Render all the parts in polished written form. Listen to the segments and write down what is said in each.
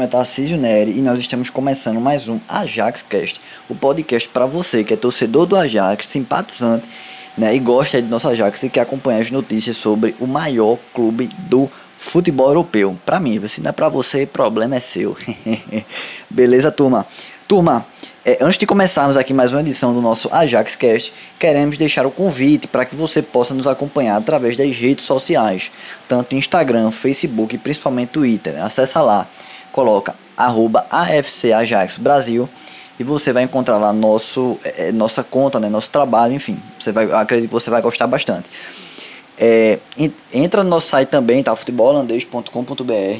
é Tarcísio Neri e nós estamos começando mais um AjaxCast, o podcast para você que é torcedor do Ajax, simpatizante, né, e gosta de nosso Ajax e quer acompanhar as notícias sobre o maior clube do futebol europeu. Para mim, se não é para você, problema é seu. Beleza, turma? Antes de começarmos aqui mais uma edição do nosso AjaxCast, queremos deixar o convite para que você possa nos acompanhar através das redes sociais, tanto Instagram, Facebook e principalmente Twitter. Acessa lá, coloca @AFCAjax Brasil e você vai encontrar lá nossa conta, né, nosso trabalho, enfim, acredito que você vai gostar bastante. Entra no nosso site também, tá? futebolandês.com.br,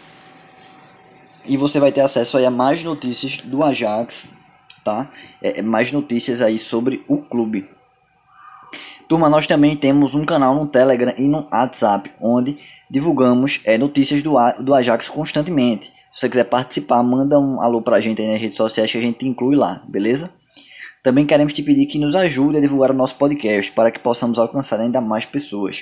e você vai ter acesso aí a mais notícias do Ajax, tá? Mais notícias aí sobre o clube. Turma, nós também temos um canal no Telegram e no WhatsApp, onde divulgamos notícias do Ajax constantemente. Se você quiser participar, manda um alô pra gente aí nas redes sociais que a gente inclui lá, beleza? Também queremos te pedir que nos ajude a divulgar o nosso podcast para que possamos alcançar ainda mais pessoas.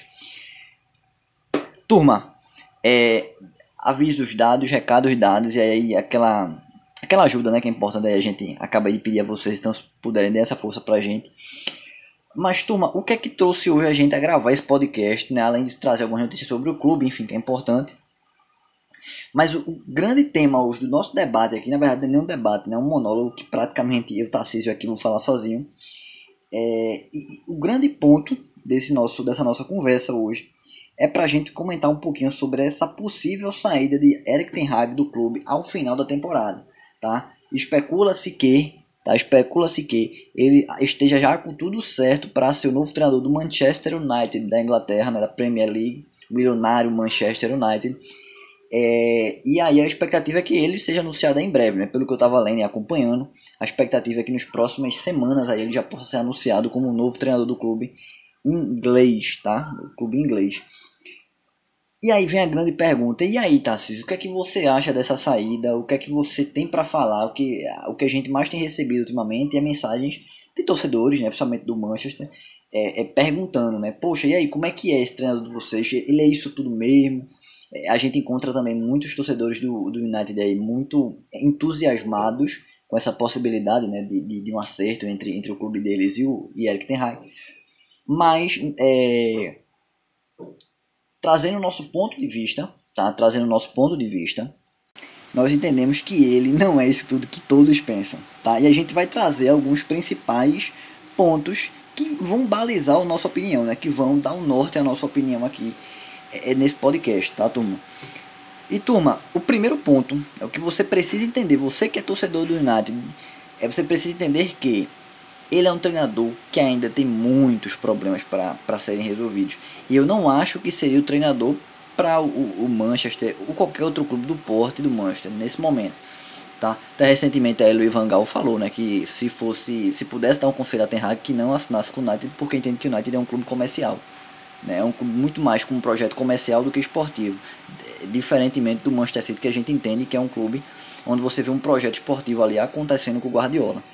Turma, avisos dados, recados dados, e aí aquela ajuda, né, que é importante, aí a gente acaba de pedir a vocês, então se puderem dar essa força pra gente. Mas, turma, o que é que trouxe hoje a gente a gravar esse podcast, né, além de trazer algumas notícias sobre o clube, enfim, que é importante. Mas o grande tema hoje do nosso debate aqui, na verdade não é nenhum debate, né, é um monólogo que praticamente eu, Tarcísio, aqui vou falar sozinho. E o grande ponto dessa nossa conversa hoje é para a gente comentar um pouquinho sobre essa possível saída de Erik ten Hag do clube ao final da temporada, tá? Especula-se que ele esteja já com tudo certo para ser o novo treinador do Manchester United da Inglaterra, né, da Premier League, o milionário Manchester United. E aí a expectativa é que ele seja anunciado em breve, né? Pelo que eu estava lendo e acompanhando, a expectativa é que nas próximas semanas aí ele já possa ser anunciado como o novo treinador do clube inglês, tá? O clube inglês. E aí vem a grande pergunta, e aí, Tarcísio, o que é que você acha dessa saída? O que é que você tem para falar? O que a gente mais tem recebido ultimamente é mensagens de torcedores, né, principalmente do Manchester, perguntando, né, poxa, e aí, como é que é esse treinador de vocês? Ele é isso tudo mesmo? A gente encontra também muitos torcedores do United aí muito entusiasmados com essa possibilidade, né, de um acerto entre o clube deles e Erik ten Hag. Mas, trazendo o nosso ponto de vista, tá? Nós entendemos que ele não é isso tudo que todos pensam, tá? E a gente vai trazer alguns principais pontos que vão balizar a nossa opinião, né? Que vão dar um norte à nossa opinião aqui nesse podcast, tá, turma? E, turma, o primeiro ponto é o que você precisa entender, você que é torcedor do United, você precisa entender que ele é um treinador que ainda tem muitos problemas para serem resolvidos. E eu não acho que seria o treinador para o Manchester ou qualquer outro clube do porte do Manchester nesse momento. Tá? Até recentemente a Louis van Gaal falou, né, que se pudesse dar um conselho a Ten Hag, que não assinasse com o United, porque entende que o United é um clube comercial. Né? É um clube muito mais com um projeto comercial do que esportivo. Diferentemente do Manchester City, que a gente entende que é um clube onde você vê um projeto esportivo ali acontecendo com o Guardiola.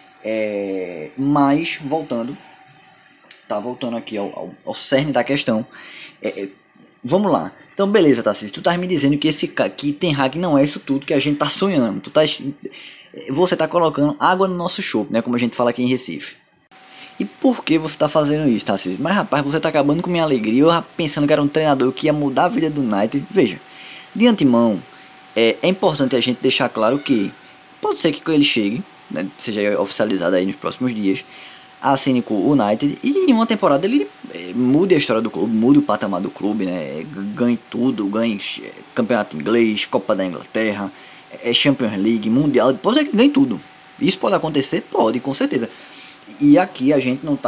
Mas voltando aqui ao cerne da questão, vamos lá. Então beleza, Tarcísio, tu tá me dizendo que Ten Hag não é isso tudo que a gente tá sonhando, você tá colocando água no nosso chope, né, como a gente fala aqui em Recife. E por que você tá fazendo isso, Tarcísio? Mas rapaz, você tá acabando com minha alegria, eu pensando que era um treinador que ia mudar a vida do United. Veja, de antemão, é importante a gente deixar claro que pode ser que ele chegue, né, seja oficializado aí nos próximos dias, assine com o United e em uma temporada ele mude a história do clube, mude o patamar do clube, né, ganhe tudo, ganhe campeonato inglês, Copa da Inglaterra, Champions League, Mundial, pode ser que ganhe tudo. Isso pode acontecer? Pode, com certeza. E aqui a gente não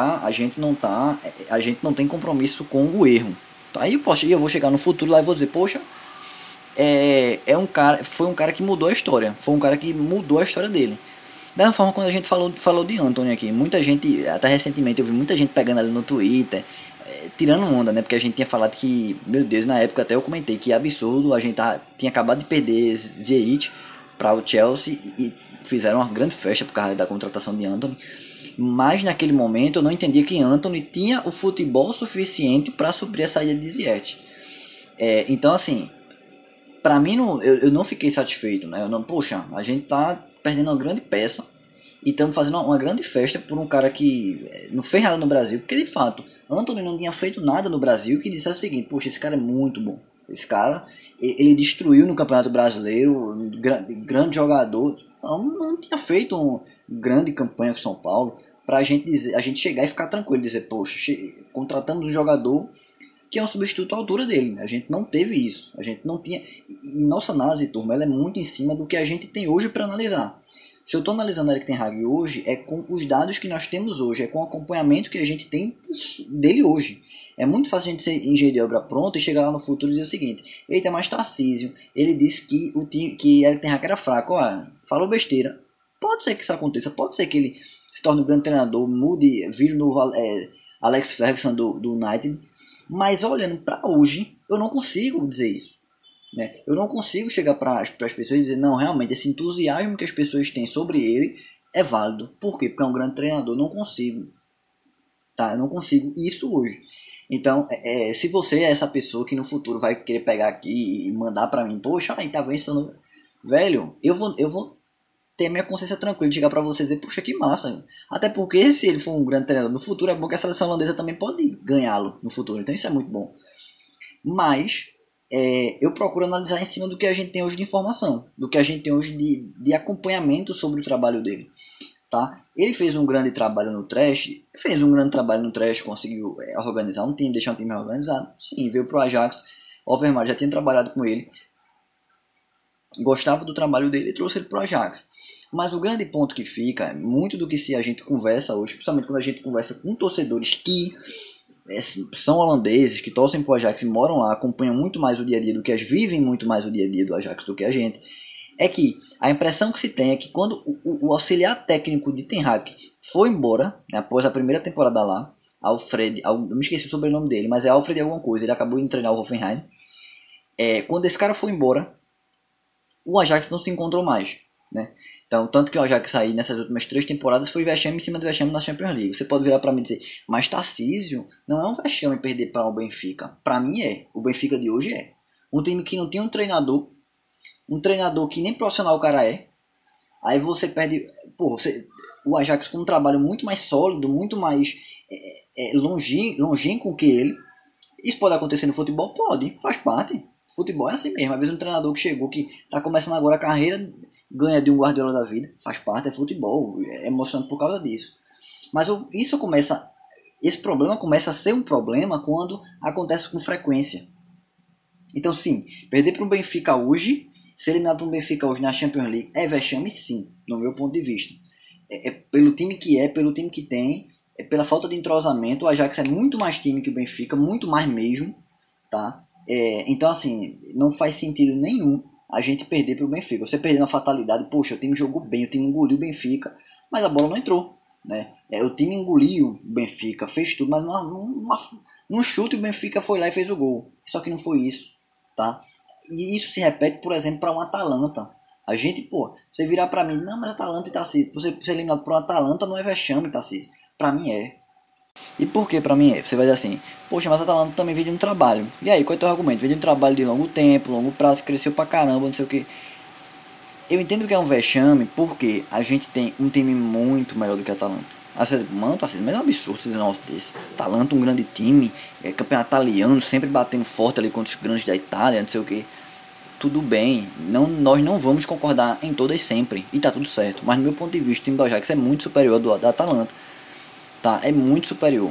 tem compromisso com o erro. Aí eu vou chegar no futuro lá e vou dizer, poxa, foi um cara que mudou a história, foi um cara que mudou a história dele. Da mesma forma quando a gente falou de Antony aqui, muita gente, até recentemente eu vi muita gente pegando ali no Twitter, tirando onda, né, porque a gente tinha falado que, meu Deus, na época até eu comentei que absurdo, a gente tinha acabado de perder Ziyech para o Chelsea e fizeram uma grande festa por causa da contratação de Antony, mas naquele momento eu não entendia que Antony tinha o futebol suficiente para suprir a saída de Ziyech. Então assim, Pra mim, eu não fiquei satisfeito, né? Poxa, a gente tá perdendo uma grande peça e estamos fazendo uma grande festa por um cara que não fez nada no Brasil, porque de fato, Antony não tinha feito nada no Brasil que dissesse o seguinte: poxa, esse cara é muito bom. Esse cara, ele destruiu no Campeonato Brasileiro, grande jogador. Não tinha feito uma grande campanha com São Paulo pra gente dizer, a gente chegar e ficar tranquilo e dizer: poxa, contratamos um jogador que é um substituto à altura dele. A gente não teve isso. A gente não tinha. E nossa análise, turma, ela é muito em cima do que a gente tem hoje para analisar. Se eu estou analisando Erik ten Hag hoje, é com os dados que nós temos hoje, é com o acompanhamento que a gente tem dele hoje. É muito fácil a gente ser engenheiro de obra pronta e chegar lá no futuro e dizer o seguinte: eita, mas Tarcísio, ele disse que Erik ten Hag era fraco. Ó, falou besteira. Pode ser que isso aconteça, pode ser que ele se torne um grande treinador, mude, vire o novo Alex Ferguson do United. Mas olhando para hoje, eu não consigo dizer isso. Né? Eu não consigo chegar para as pessoas e dizer: não, realmente, esse entusiasmo que as pessoas têm sobre ele é válido. Por quê? Porque é um grande treinador. Eu não consigo. Tá? Eu não consigo isso hoje. Então, se você é essa pessoa que no futuro vai querer pegar aqui e mandar para mim: poxa, aí tá vendo? Velho, eu vou ter minha consciência tranquila de chegar para você e dizer: puxa, que massa. Até porque se ele for um grande treinador no futuro, é bom que a seleção holandesa também pode ganhá-lo no futuro. Então isso é muito bom. Mas eu procuro analisar em cima do que a gente tem hoje de informação, do que a gente tem hoje de acompanhamento sobre o trabalho dele. Tá? Ele fez um grande trabalho no Trash, conseguiu organizar um time, deixar um time organizado. Sim, veio pro Ajax, Overmars já tinha trabalhado com ele, gostava do trabalho dele e trouxe ele pro Ajax. Mas o grande ponto que fica, muito do que se a gente conversa hoje, principalmente quando a gente conversa com torcedores que são holandeses, que torcem pro Ajax e moram lá, acompanham muito mais o dia a dia do que vivem muito mais o dia a dia do Ajax do que a gente, é que a impressão que se tem é que quando o auxiliar técnico de Ten Hag foi embora, né, após a primeira temporada lá, Alfred, eu me esqueci o sobrenome dele, mas é Alfred alguma coisa, ele acabou de treinar o Hoffenheim. Quando esse cara foi embora, o Ajax não se encontrou mais, né? Então, tanto que o Ajax aí nessas últimas 3 temporadas foi vexame em cima de vexame na Champions League. Você pode virar para mim e dizer: mas Tarcísio, não é um vexame perder para o Benfica. Para mim é. O Benfica de hoje é. Um time que não tem um treinador que nem profissional o cara é. Aí você perde... o Ajax com um trabalho muito mais sólido, muito mais longínquo que ele. Isso pode acontecer no futebol? Pode, faz parte. Futebol é assim mesmo. Às vezes um treinador que chegou, que está começando agora a carreira, ganha de um Guardiola da vida. Faz parte, é futebol. É emocionante por causa disso. Mas esse problema começa a ser um problema quando acontece com frequência. Então sim, perder para o Benfica hoje, ser eliminado para o Benfica hoje na Champions League é vexame, sim, no meu ponto de vista. Pelo time que pelo time que tem, pela falta de entrosamento. O Ajax é muito mais time que o Benfica, muito mais mesmo, tá? Então assim, não faz sentido nenhum a gente perder para o Benfica. Você perder na fatalidade, poxa, o time jogou bem, o time engoliu o Benfica, mas a bola não entrou, né? O time engoliu o Benfica, fez tudo, mas num chute o Benfica foi lá e fez o gol. Só que não foi isso, tá? E isso se repete, por exemplo, para um Atalanta. A gente, você virar para mim: não, mas Atalanta e Tarcísio, você ser eliminado por um Atalanta não é vexame, Tarcísio. Para mim é. E por que pra mim é? Você vai dizer assim: poxa, mas a Atalanta também veio de um trabalho. E aí, qual é o teu argumento? Veio de um trabalho de longo tempo, longo prazo, cresceu pra caramba, não sei o que. Eu entendo que é um vexame porque a gente tem um time muito melhor do que a Atalanta. Às vezes, mano, tá sendo, mas é um absurdo esse negócio desse. Atalanta, um grande time, campeonato italiano, sempre batendo forte ali contra os grandes da Itália, não sei o que. Tudo bem, nós não vamos concordar em todas sempre, e tá tudo certo. Mas no meu ponto de vista, o time do Ajax é muito superior ao da Atalanta. Tá? É muito superior.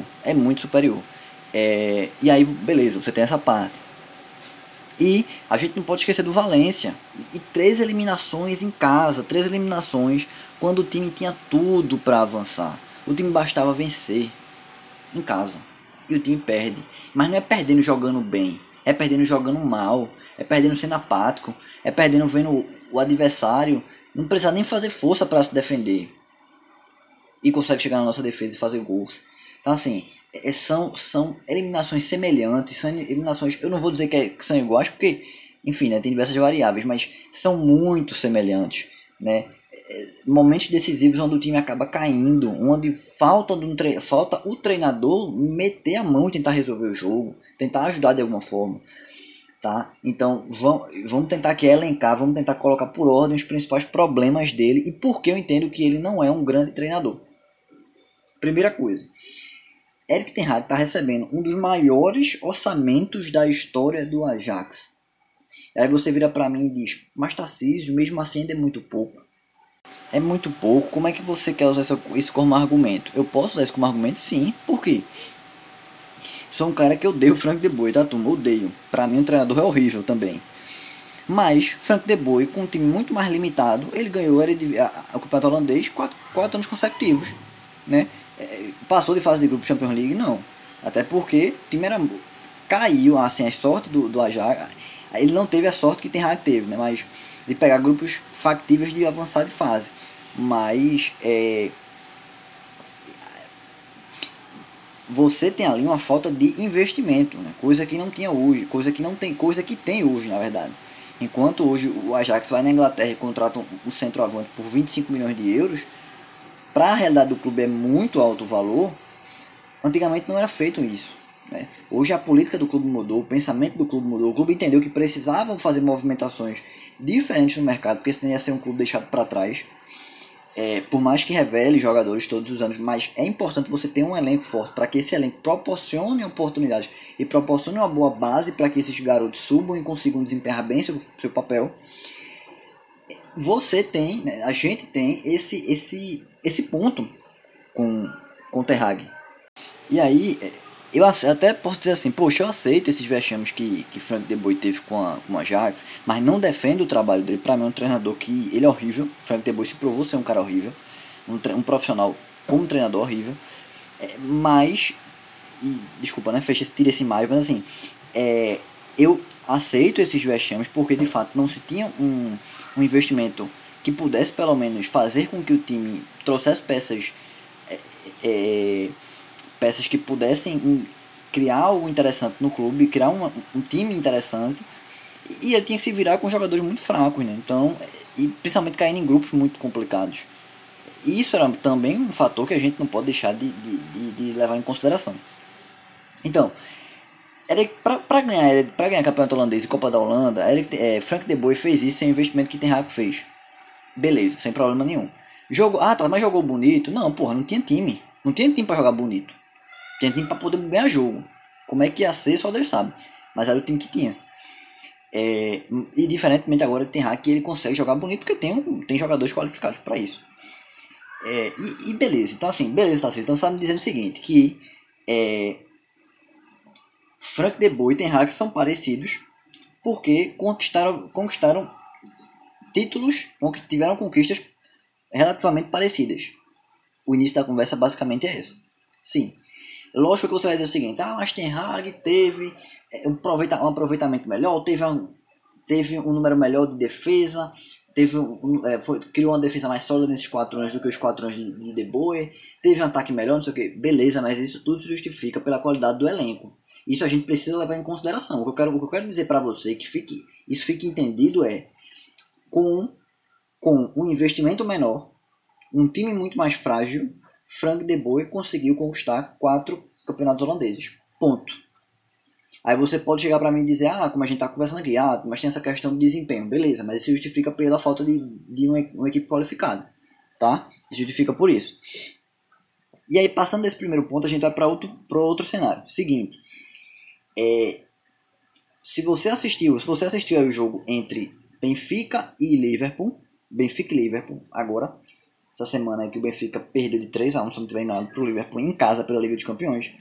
E aí, beleza, você tem essa parte. E a gente não pode esquecer do Valência. E 3 eliminações em casa, 3 eliminações quando o time tinha tudo para avançar. O time bastava vencer em casa. E o time perde. Mas não é perdendo jogando bem, é perdendo jogando mal, é perdendo sendo apático, é perdendo vendo o adversário não precisa nem fazer força para se defender e consegue chegar na nossa defesa e fazer gols. Então assim, são eliminações semelhantes, são eliminações, eu não vou dizer que são iguais, porque, enfim, né, tem diversas variáveis, mas são muito semelhantes, né? Momentos decisivos onde o time acaba caindo, onde falta o treinador meter a mão e tentar resolver o jogo, tentar ajudar de alguma forma. tá? Então vamos tentar aqui elencar, vamos tentar colocar por ordem os principais problemas dele e por que eu entendo que ele não é um grande treinador. Primeira coisa, Erik ten Hag está recebendo um dos maiores orçamentos da história do Ajax. Aí você vira para mim e diz, mas Tarcísio, mesmo assim ainda é muito pouco. É muito pouco, como é que você quer usar isso como argumento? Eu posso usar isso como argumento? Sim, por quê? Sou um cara que odeio o Frank de Boer, tá, turma? Odeio. Pra mim, o treinador é horrível também. Mas, Frank de Boer, com um time muito mais limitado, ele ganhou o campeonato holandês 4 anos consecutivos. Né? Passou de fase de grupo Champions League? Não. Até porque o time caiu, assim, a sorte do Ajax. Ele não teve a sorte que Ten Hag teve, né? Mas de pegar grupos factíveis de avançar de fase. Mas, você tem ali uma falta de investimento, né? Coisa que não tinha hoje, coisa que tem hoje, na verdade. Enquanto hoje o Ajax vai na Inglaterra e contrata um centroavante por 25 milhões de euros, para a realidade do clube é muito alto o valor, antigamente não era feito isso. Né? Hoje a política do clube mudou, o pensamento do clube mudou, o clube entendeu que precisavam fazer movimentações diferentes no mercado, porque senão ia ser um clube deixado para trás. Por mais que revele jogadores todos os anos, mas é importante você ter um elenco forte para que esse elenco proporcione oportunidades e proporcione uma boa base para que esses garotos subam e consigam desempenhar bem seu papel. Você tem, né, a gente tem esse ponto com o Ten Hag. E aí, eu até posso dizer assim, poxa, eu aceito esses vexames que Frank de Boer teve com a Ajax, mas não defendo o trabalho dele. Pra mim é um treinador que ele é horrível. Frank de Boer se provou ser um cara horrível, um profissional como treinador horrível. Mas, desculpa, né, tira esse mais, mas assim, eu aceito esses vexames porque de fato não se tinha um investimento que pudesse pelo menos fazer com que o time trouxesse peças que pudessem criar algo interessante no clube, criar um time interessante, e ele tinha que se virar com jogadores muito fracos, né? Então, e principalmente caindo em grupos muito complicados. E isso era também um fator que a gente não pode deixar de levar em consideração. Então, para ganhar campeonato holandês e Copa da Holanda, Frank de Boer fez isso sem o investimento que Ten Hag fez. Beleza, sem problema nenhum. Mas jogou bonito? Não, porra, não tinha time. Não tinha time para jogar bonito. Tinha time para poder ganhar jogo. Como é que ia ser, só Deus sabe. Mas era o time que tinha. E diferentemente agora Ten Hag, que ele consegue jogar bonito porque tem jogadores qualificados para isso. E beleza, então assim, beleza, tá certo. Então você tá me dizendo o seguinte, que Frank de Boer e Ten Hag são parecidos porque conquistaram títulos, tiveram conquistas relativamente parecidas. O início da conversa basicamente é esse. Sim. Lógico que você vai dizer o seguinte, mas Ten Hag teve um aproveitamento melhor, teve um número melhor de defesa, criou uma defesa mais sólida nesses 4 anos do que os 4 anos de De Boer, teve um ataque melhor, não sei o que. Beleza, mas isso tudo se justifica pela qualidade do elenco. Isso a gente precisa levar em consideração. O que eu quero dizer para você, que isso fique entendido, com um investimento menor, um time muito mais frágil, Frank de Boer conseguiu conquistar 4 campeonatos holandeses. Ponto. Aí você pode chegar para mim e dizer, como a gente está conversando aqui, mas tem essa questão de desempenho. Beleza, mas isso justifica pela falta de uma equipe qualificada. Tá? Isso justifica por isso. E aí, passando desse primeiro ponto, a gente vai para outro cenário. Seguinte. Se você assistiu ao jogo entre Benfica e Liverpool, agora, essa semana que o Benfica perdeu de 3-1, se não estiver enganado, para o Liverpool em casa pela Liga dos Campeões,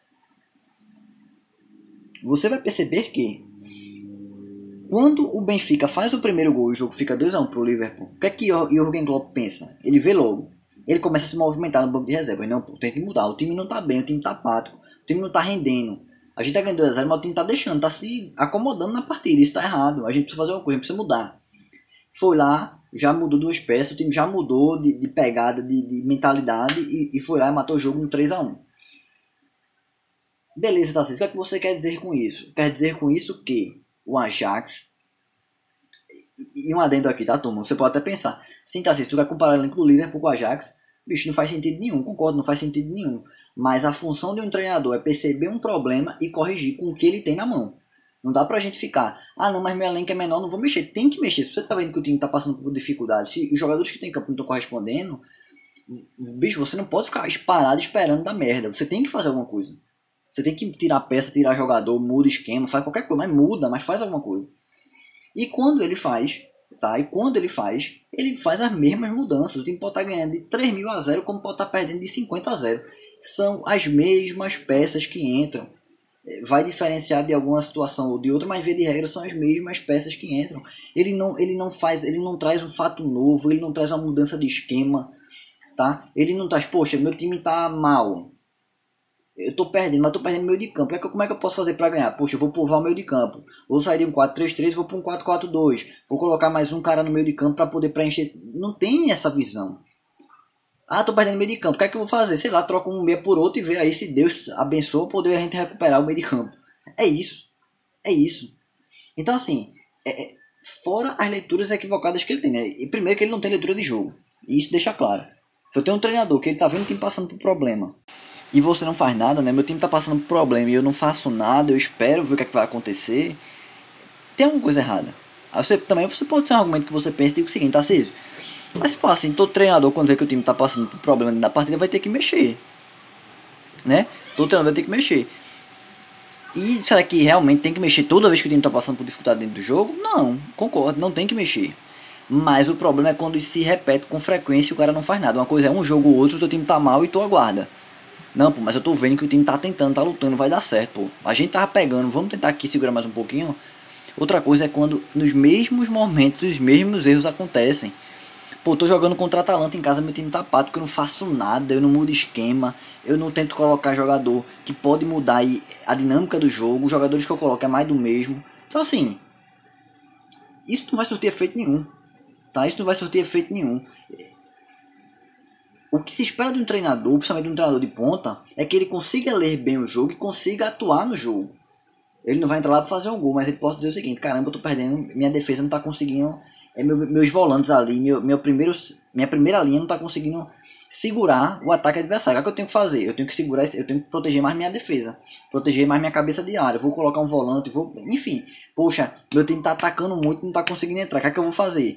você vai perceber que quando o Benfica faz o primeiro gol e o jogo fica 2-1 para o Liverpool, o que é que o Jürgen Klopp pensa? Ele vê logo. Ele começa a se movimentar no banco de reserva. Não, tem que mudar. O time não está bem, o time está apático, o time não está rendendo. A gente está ganhando 2-0, mas o time está deixando, está se acomodando na partida. Isso está errado. A gente precisa fazer uma coisa, a gente precisa mudar. Foi lá, já mudou 2 peças, o time já mudou de pegada, de mentalidade e foi lá e matou o jogo no 3-1. Beleza, Tarcísio, o que é que você quer dizer com isso? Quer dizer com isso que o Ajax, e um adendo aqui, tá, turma? Você pode até pensar, sim, Tarcísio, tu vai comparar o elenco do Liverpool com o Ajax? Bicho, não faz sentido nenhum, concordo, não faz sentido nenhum. Mas a função de um treinador é perceber um problema e corrigir com o que ele tem na mão. Não dá pra gente ficar, não, mas meu elenco é menor, não vou mexer. Tem que mexer. Se você tá vendo que o time tá passando por dificuldade, se os jogadores que tem em campo não estão correspondendo, bicho, você não pode ficar parado esperando dar merda. Você tem que fazer alguma coisa. Você tem que tirar peça, tirar jogador, muda esquema, faz qualquer coisa, mas muda, mas faz alguma coisa. E quando ele faz, tá? Ele faz as mesmas mudanças. O time pode estar ganhando de 3.000-0, como pode estar perdendo de 50-0. São as mesmas peças que entram. Vai diferenciar de alguma situação ou de outra, mas via de regra são as mesmas peças que entram. Ele não traz um fato novo, ele não traz uma mudança de esquema, tá? Ele não traz, poxa, meu time tá mal. Eu tô perdendo, mas tô perdendo meio de campo. Como é que eu posso fazer para ganhar? Poxa, eu vou povoar o meio de campo. Vou sair de um 4-3-3, vou para um 4-4-2. Vou colocar mais um cara no meio de campo para poder preencher. Não tem essa visão. Tô perdendo meio de campo. O que é que eu vou fazer? Sei lá, troca um meia por outro e vê aí se Deus abençoa poder a gente recuperar o meio de campo. É isso. É isso. Então, assim, fora as leituras equivocadas que ele tem, né? E primeiro que ele não tem leitura de jogo. E isso deixa claro. Se eu tenho um treinador que ele tá vendo o time passando por problema e você não faz nada, né? Meu time tá passando por problema e eu não faço nada, eu espero ver o que é que vai acontecer. Tem alguma coisa errada. Aí você pode ser um argumento que você pensa e diga o seguinte, Tarcísio. Mas se for assim, todo treinador, quando vê que o time tá passando por problema na partida, vai ter que mexer. Né? Todo treinador vai ter que mexer. E será que realmente tem que mexer toda vez que o time tá passando por dificuldade dentro do jogo? Não, concordo, não tem que mexer. Mas o problema é quando isso se repete com frequência e o cara não faz nada. Uma coisa é um jogo ou outro, o teu time tá mal e tu aguarda. Não, pô, mas eu tô vendo que o time tá tentando, tá lutando, vai dar certo, pô. A gente tava pegando, vamos tentar aqui segurar mais um pouquinho. Outra coisa é quando nos mesmos momentos os mesmos erros acontecem. Pô, tô jogando contra a Atalanta em casa, meu time tá pato, porque eu não faço nada, eu não mudo esquema, eu não tento colocar jogador que pode mudar a dinâmica do jogo, os jogadores que eu coloco é mais do mesmo. Então assim, isso não vai surtir efeito nenhum, tá? Isso não vai surtir efeito nenhum. O que se espera de um treinador, principalmente de um treinador de ponta, é que ele consiga ler bem o jogo e consiga atuar no jogo. Ele não vai entrar lá para fazer um gol, mas ele pode dizer o seguinte, caramba, eu tô perdendo, minha defesa não tá conseguindo, meus volantes ali, minha primeira linha não tá conseguindo segurar o ataque adversário. O que eu tenho que fazer? Eu tenho que segurar, eu tenho que proteger mais minha defesa, proteger mais minha cabeça de área, eu vou colocar um volante, enfim, poxa, meu time tá atacando muito, não tá conseguindo entrar, o que é que eu vou fazer?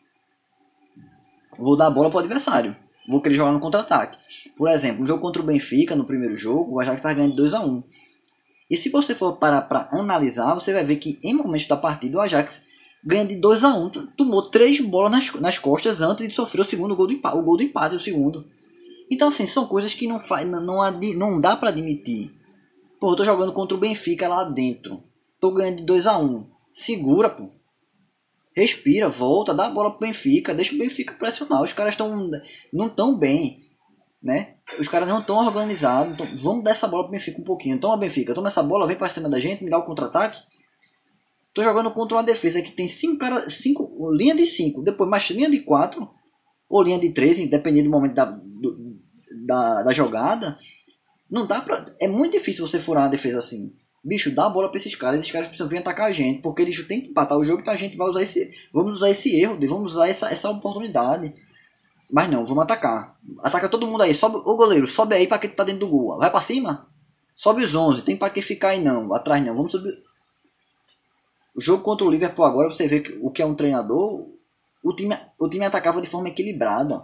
Vou dar a bola pro adversário. Vou querer jogar no contra-ataque. Por exemplo, no jogo contra o Benfica, no primeiro jogo, o Ajax está ganhando 2-1. E se você for parar para analisar, você vai ver que em momentos da partida o Ajax ganha de 2-1. Tomou 3 bolas nas costas antes de sofrer o segundo gol do empate. O gol do empate, o segundo. Então, assim, são coisas que não dá para admitir. Pô, eu tô jogando contra o Benfica lá dentro. Tô ganhando de 2-1. Segura, pô. Respira, volta, dá a bola pro Benfica, deixa o Benfica pressionar. Os caras não estão bem, né? Os caras não estão organizados. Então, vamos dar essa bola pro Benfica um pouquinho. Toma, Benfica, toma essa bola, vem pra cima da gente, me dá o contra-ataque. Tô jogando contra uma defesa que tem 5 caras, linha de 5, depois mais linha de 4, ou linha de 3, dependendo do momento da jogada. Não dá pra. É muito difícil você furar uma defesa assim. Bicho, dá a bola pra esses caras precisam vir atacar a gente, porque eles têm que empatar o jogo, então a gente vai usar vamos usar esse erro, vamos usar essa oportunidade. Mas não, vamos atacar. Ataca todo mundo aí, sobe o goleiro, sobe aí pra quem tá dentro do gol. Vai pra cima, sobe os 11, tem pra que ficar aí não, atrás não, vamos subir. O jogo contra o Liverpool agora, você vê o que é um treinador, o time atacava de forma equilibrada.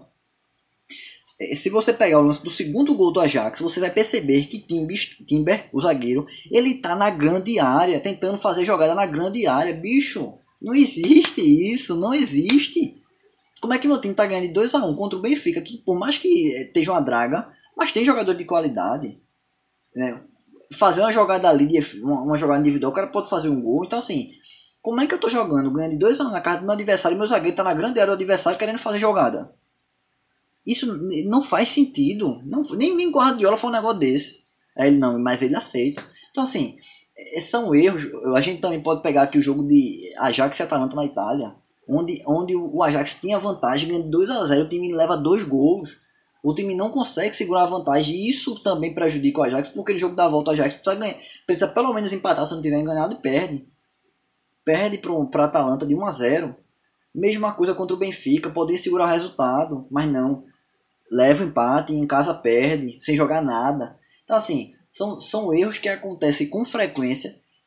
Se você pegar o lance do segundo gol do Ajax, você vai perceber que Timber, o zagueiro, ele tá na grande área, tentando fazer jogada na grande área. Bicho, não existe isso, não existe. Como é que meu time tá ganhando de 2-1 contra o Benfica, que por mais que esteja uma draga, mas tem jogador de qualidade, né? Fazer uma jogada ali, uma jogada individual, o cara pode fazer um gol. Então assim, como é que eu tô jogando, ganhando de 2-1 na casa do meu adversário, e meu zagueiro tá na grande área do adversário querendo fazer jogada? Isso não faz sentido. Nem Guardiola foi um negócio desse. Aí ele não, mas ele aceita. Então assim, são erros. A gente também pode pegar aqui o jogo de Ajax e Atalanta na Itália, onde o Ajax tinha vantagem, ganha de 2-0, o time leva 2 gols. O time não consegue segurar a vantagem, e isso também prejudica o Ajax, porque o jogo da volta o Ajax precisa pelo menos empatar, se não tiver enganado, e perde. Perde para a Atalanta de 1-0. Mesma coisa contra o Benfica, poder segurar o resultado, mas não. Leva o empate e em casa perde, sem jogar nada. Então assim, são erros que acontecem com frequência,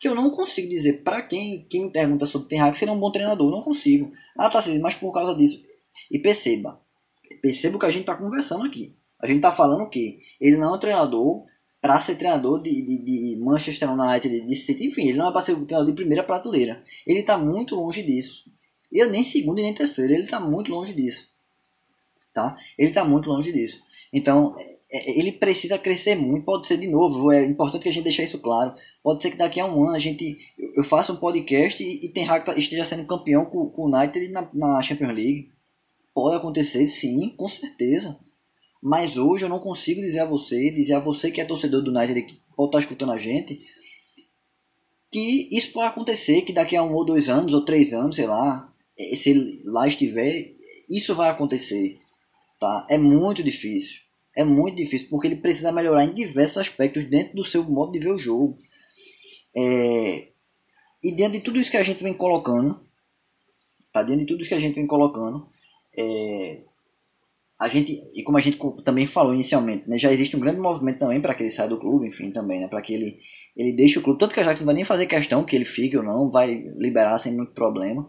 que eu não consigo dizer para quem me pergunta sobre Ten Hag se ele é um bom treinador. Eu não consigo. Ah, tá, mas por causa disso. E perceba o que a gente está conversando aqui. A gente está falando que ele não é um treinador para ser treinador de Manchester United, de City, enfim, ele não é para ser um treinador de primeira prateleira. Ele está muito longe disso. Eu nem segundo e nem terceiro, ele está muito longe disso. Tá? Ele está muito longe disso. Então, ele precisa crescer muito. Pode ser, de novo, é importante que a gente deixe isso claro. Pode ser que daqui a um ano eu faça um podcast e Ten Hag esteja sendo campeão com o United na Champions League. Pode acontecer, sim, com certeza. Mas hoje eu não consigo dizer a você que é torcedor do United, que pode estar escutando a gente, que isso pode acontecer, que daqui a 1 ou 2 anos, ou 3 anos, sei lá, se ele lá estiver, isso vai acontecer. Tá? É muito difícil, porque ele precisa melhorar em diversos aspectos dentro do seu modo de ver o jogo. E diante de tudo isso que a gente vem colocando, e como a gente também falou inicialmente, né, já existe um grande movimento também para que ele saia do clube, enfim, também, né, para que ele deixe o clube, tanto que a Ajax não vai nem fazer questão que ele fique ou não, vai liberar sem muito problema.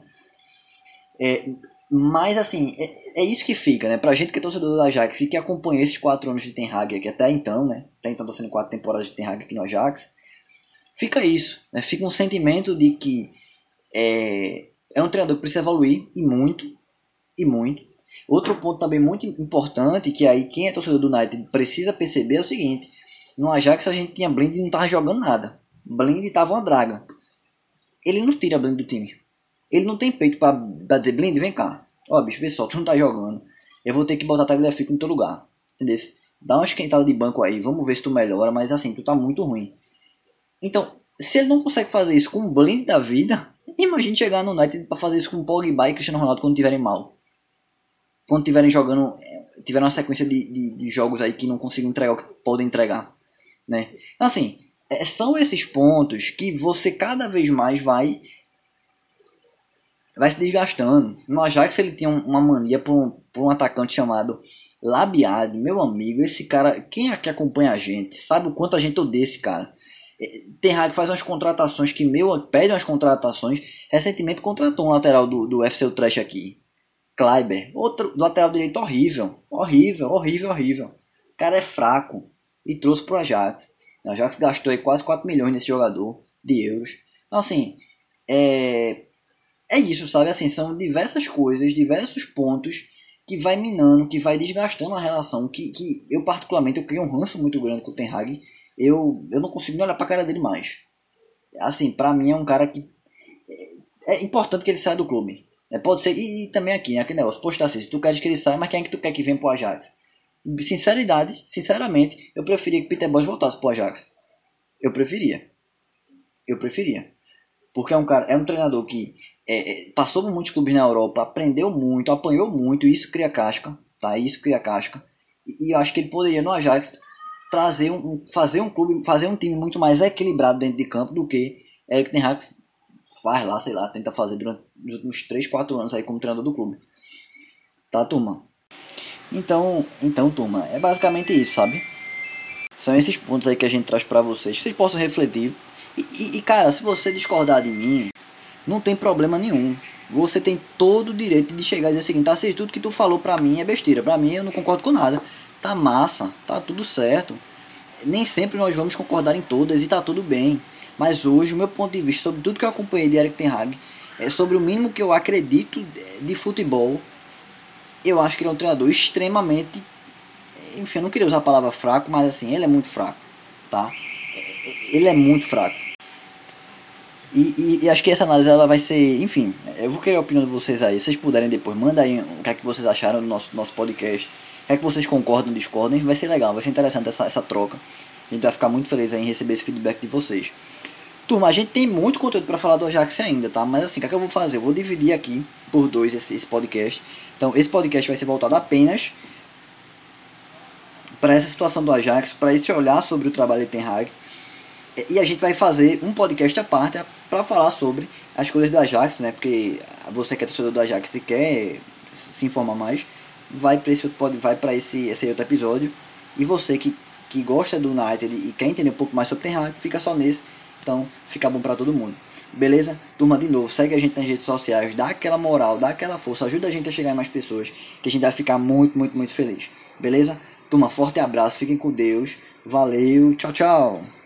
Mas assim, é isso que fica, né, pra gente que é torcedor do Ajax e que acompanha esses 4 anos de Ten Hag aqui até então, né, até então tá sendo 4 temporadas de Ten Hag aqui no Ajax, fica isso, né, fica um sentimento de que é um treinador que precisa evoluir, e muito. Outro ponto também muito importante, que aí quem é torcedor do United precisa perceber, é o seguinte: no Ajax a gente tinha Blind e não tava jogando nada. Blind tava uma draga. Ele não tira Blind do time. Ele não tem peito pra dizer: Blind, vem cá. Ó, bicho, vê só, tu não tá jogando. Eu vou ter que botar Tagliafico no teu lugar. Entendeu? Dá uma esquentada de banco aí, vamos ver se tu melhora, mas assim, tu tá muito ruim. Então, se ele não consegue fazer isso com o Blind da vida, imagine chegar no United pra fazer isso com o Pogba e Cristiano Ronaldo quando tiverem mal. Quando tiverem jogando, tiveram uma sequência de jogos aí que não conseguem entregar o que podem entregar, né? Então, assim, são esses pontos que você cada vez mais vai se desgastando. No Ajax ele tinha uma mania por um atacante chamado Labiade. Meu amigo, esse cara, quem é que acompanha a gente sabe o quanto a gente odeia esse cara. Ten Hag faz umas contratações que pede umas contratações. Recentemente contratou um lateral do FC Utrecht aqui, Kleiber, outro lateral direito horrível. O cara é fraco e trouxe pro Ajax. O Ajax gastou aí quase 4 milhões nesse jogador de euros. Então, assim, é isso, sabe? Assim, são diversas coisas, diversos pontos que vai minando, que vai desgastando a relação. Que eu, particularmente, eu criei um ranço muito grande com o Ten Hag. Eu não consigo nem olhar pra cara dele mais. Assim, pra mim é um cara que é importante que ele saia do clube. Pode ser, e também aqui, né, aquele negócio, poxa, assim, se tu queres que ele saia, mas quem é que tu quer que venha pro Ajax? Sinceramente, eu preferia que Peter Bosz voltasse pro Ajax. Eu preferia. Porque é um treinador que passou por muitos clubes na Europa, aprendeu muito, apanhou muito, e isso cria casca, tá? E eu acho que ele poderia no Ajax fazer um time muito mais equilibrado dentro de campo do que Erik Ten Hag faz lá, sei lá, tenta fazer durante os últimos 3, 4 anos aí como treinador do clube. Tá, turma? Então, turma, é basicamente isso, sabe? São esses pontos aí que a gente traz pra vocês, que vocês possam refletir. E cara, se você discordar de mim, não tem problema nenhum. Você tem todo o direito de chegar e dizer o seguinte: tá, tudo que tu falou pra mim é besteira. Pra mim, eu não concordo com nada. Tá massa, tá tudo certo. Nem sempre nós vamos concordar em todas e tá tudo bem. Mas hoje, o meu ponto de vista sobre tudo que eu acompanhei de Erik Ten Hag, sobre o mínimo que eu acredito de futebol, eu acho que ele é um treinador extremamente... Enfim, eu não queria usar a palavra fraco, mas assim, ele é muito fraco, tá? Ele é muito fraco. E acho que essa análise ela vai ser... Enfim, eu vou querer a opinião de vocês aí. Se vocês puderem depois, manda aí o que é que vocês acharam do nosso podcast. O que é que vocês concordam, discordam. Vai ser legal, vai ser interessante essa troca. A gente vai ficar muito feliz aí em receber esse feedback de vocês. Turma, a gente tem muito conteúdo para falar do Ajax ainda, tá? Mas assim, o que é que eu vou fazer? Eu vou dividir aqui por 2 esse podcast. Então, esse podcast vai ser voltado apenas para essa situação do Ajax, para esse olhar sobre o trabalho de Ten Hag. E a gente vai fazer um podcast à parte para falar sobre as coisas do Ajax, né? Porque você que é torcedor do Ajax e quer se informar mais, vai para esse outro episódio. E você que gosta do United e quer entender um pouco mais sobre Ten Hag, fica só nesse. Então, fica bom pra todo mundo. Beleza? Turma, de novo, segue a gente nas redes sociais, dá aquela moral, dá aquela força, ajuda a gente a chegar em mais pessoas, que a gente vai ficar muito, muito, muito feliz. Beleza? Turma, forte abraço, fiquem com Deus. Valeu, tchau, tchau.